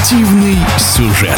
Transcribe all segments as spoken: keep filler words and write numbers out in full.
Спортивный сюжет.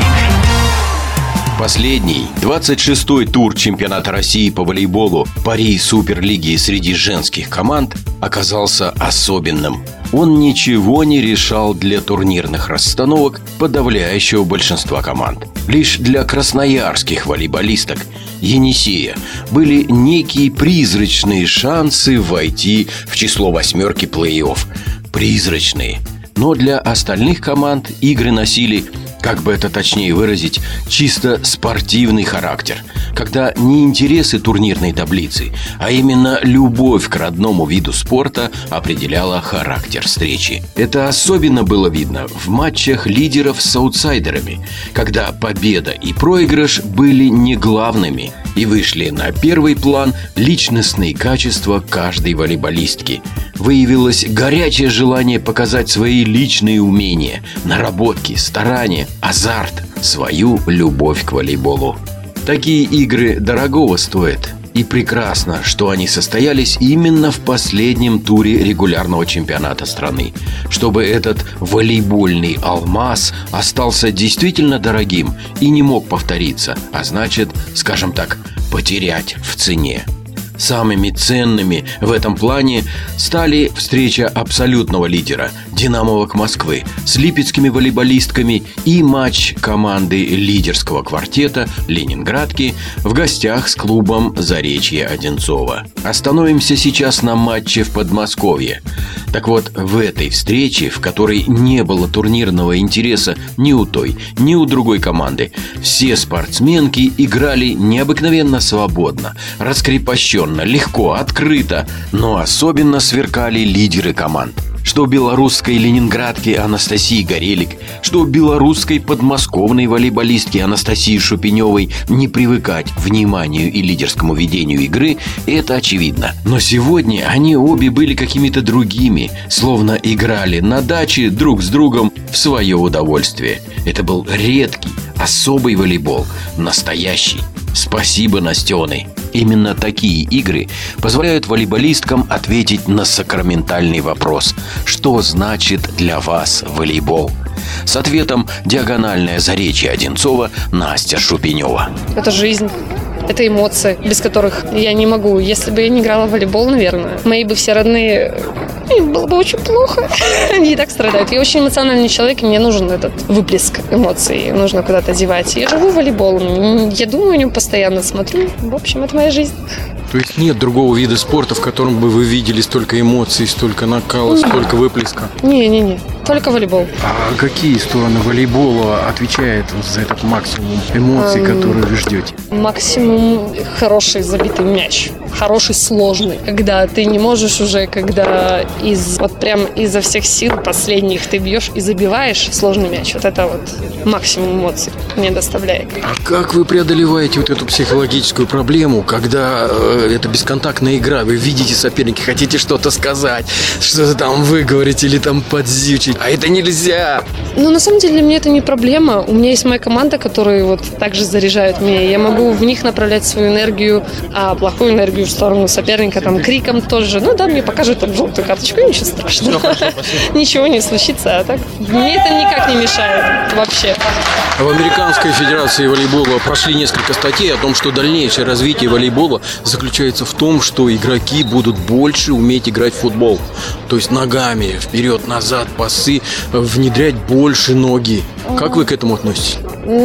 Последний, двадцать шестой тур чемпионата России по волейболу Пари Суперлиги среди женских команд оказался особенным. Он ничего не решал для турнирных расстановок подавляющего большинства команд. Лишь для красноярских волейболисток Енисея были некие призрачные шансы войти в число восьмерки плей-офф. Призрачные. Но для остальных команд игры носили, как бы это точнее выразить, чисто спортивный характер, когда не интересы турнирной таблицы, а именно любовь к родному виду спорта определяла характер встречи. Это особенно было видно в матчах лидеров с аутсайдерами, когда победа и проигрыш были не главными и вышли на первый план личностные качества каждой волейболистки. Выявилось горячее желание показать свои личные умения, наработки, старания, азарт, свою любовь к волейболу. Такие игры дорогого стоят. И прекрасно, что они состоялись именно в последнем туре регулярного чемпионата страны, чтобы этот волейбольный алмаз остался действительно дорогим и не мог повториться, а значит, скажем так, потерять в цене. Самыми ценными в этом плане стали встреча абсолютного лидера «Динамовок Москвы» с липецкими волейболистками и матч команды лидерского квартета «Ленинградки» в гостях с клубом «Заречье Одинцово». Остановимся сейчас на матче в Подмосковье. Так вот, в этой встрече, в которой не было турнирного интереса ни у той, ни у другой команды, все спортсменки играли необыкновенно свободно, раскрепощенно, легко, открыто, но особенно сверкали лидеры команд. Что у белорусской ленинградки Анастасии Горелик, что у белорусской подмосковной волейболистки Анастасии Шупеневой не привыкать к вниманию и лидерскому ведению игры, это очевидно. Но сегодня они обе были какими-то другими, словно играли на даче друг с другом в свое удовольствие. Это был редкий, особый волейбол, настоящий. Спасибо, Настены. Именно такие игры позволяют волейболисткам ответить на сакраментальный вопрос: что значит для вас волейбол? С ответом диагональное Заречье Одинцово Настя Шупенева. Это жизнь. Это эмоции, без которых я не могу. Если бы я не играла в волейбол, наверное, мои бы все родные... Им было бы очень плохо. Они и так страдают. Я очень эмоциональный человек, и мне нужен этот выплеск эмоций. Нужно куда-то девать. Я живу волейболом. Я думаю о нем постоянно, смотрю. В общем, это моя жизнь. То есть нет другого вида спорта, в котором бы вы видели столько эмоций, столько накала, столько выплеска? Не-не-не, только волейбол. А какие стороны волейбола отвечают за этот максимум эмоций, um, которые вы ждете? Максимум хороший забитый мяч. Хороший, сложный. Когда ты не можешь уже, когда из вот прям изо всех сил последних ты бьешь и забиваешь сложный мяч. Вот это вот максимум эмоций мне доставляет. А как вы преодолеваете вот эту психологическую проблему, когда э, это бесконтактная игра, вы видите соперника, хотите что-то сказать, что-то там выговорить или там подзючить, а это нельзя? Ну, на самом деле, для меня это не проблема. У меня есть моя команда, которые вот также заряжают меня. Я могу в них направлять свою энергию, а плохую энергию в сторону соперника, там, криком тоже. Ну да, мне покажут там желтую карточку, и ничего страшного. Ничего не случится, а так мне это никак не мешает вообще. В Американской федерации волейбола прошли несколько статей о том, что дальнейшее развитие волейбола заключается в том, что игроки будут больше уметь играть в футбол. То есть ногами, вперед-назад, пасы, внедрять больше ноги. Как вы к этому относитесь?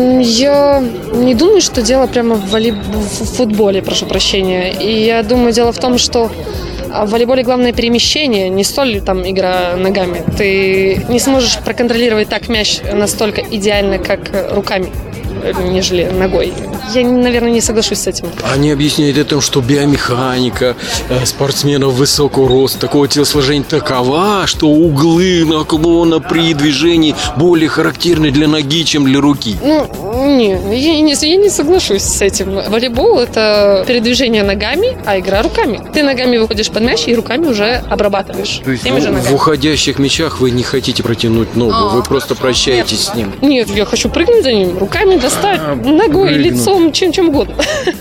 Я не думаю, что дело прямо в, волей... в футболе, прошу прощения. И я думаю, дело в том, что в волейболе главное перемещение, не столь там игра ногами. Ты не сможешь проконтролировать так мяч настолько идеально, как руками, нежели ногой. Я, наверное, не соглашусь с этим. Они объясняют это, что биомеханика спортсменов высокого роста, такого телосложения такова, что углы наклона при движении более характерны для ноги, чем для руки. Ну, не, я не, я не соглашусь с этим. Волейбол – это передвижение ногами, а игра руками. Ты ногами выходишь под мяч и руками уже обрабатываешь. То есть в, в уходящих мячах вы не хотите протянуть ногу, а, вы просто прощаетесь нет. с ним? Нет, я хочу прыгнуть за ним, руками достать, а, ногой, прыгну. Лицом, чем, чем угодно.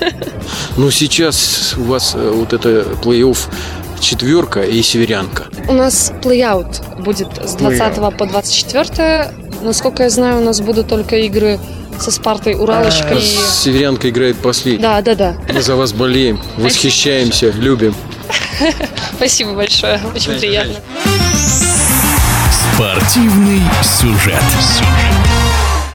Ну, сейчас у вас вот это плей-офф четверка и северянка. У нас плей-аут будет с двадцатого по двадцать четвёртое. Насколько я знаю, у нас будут только игры со Спартой, Уралочкой. И... Северянка играет последний. Да, да, да. Мы за вас болеем, восхищаемся, любим. Спасибо большое, очень приятно. Спортивный сюжет.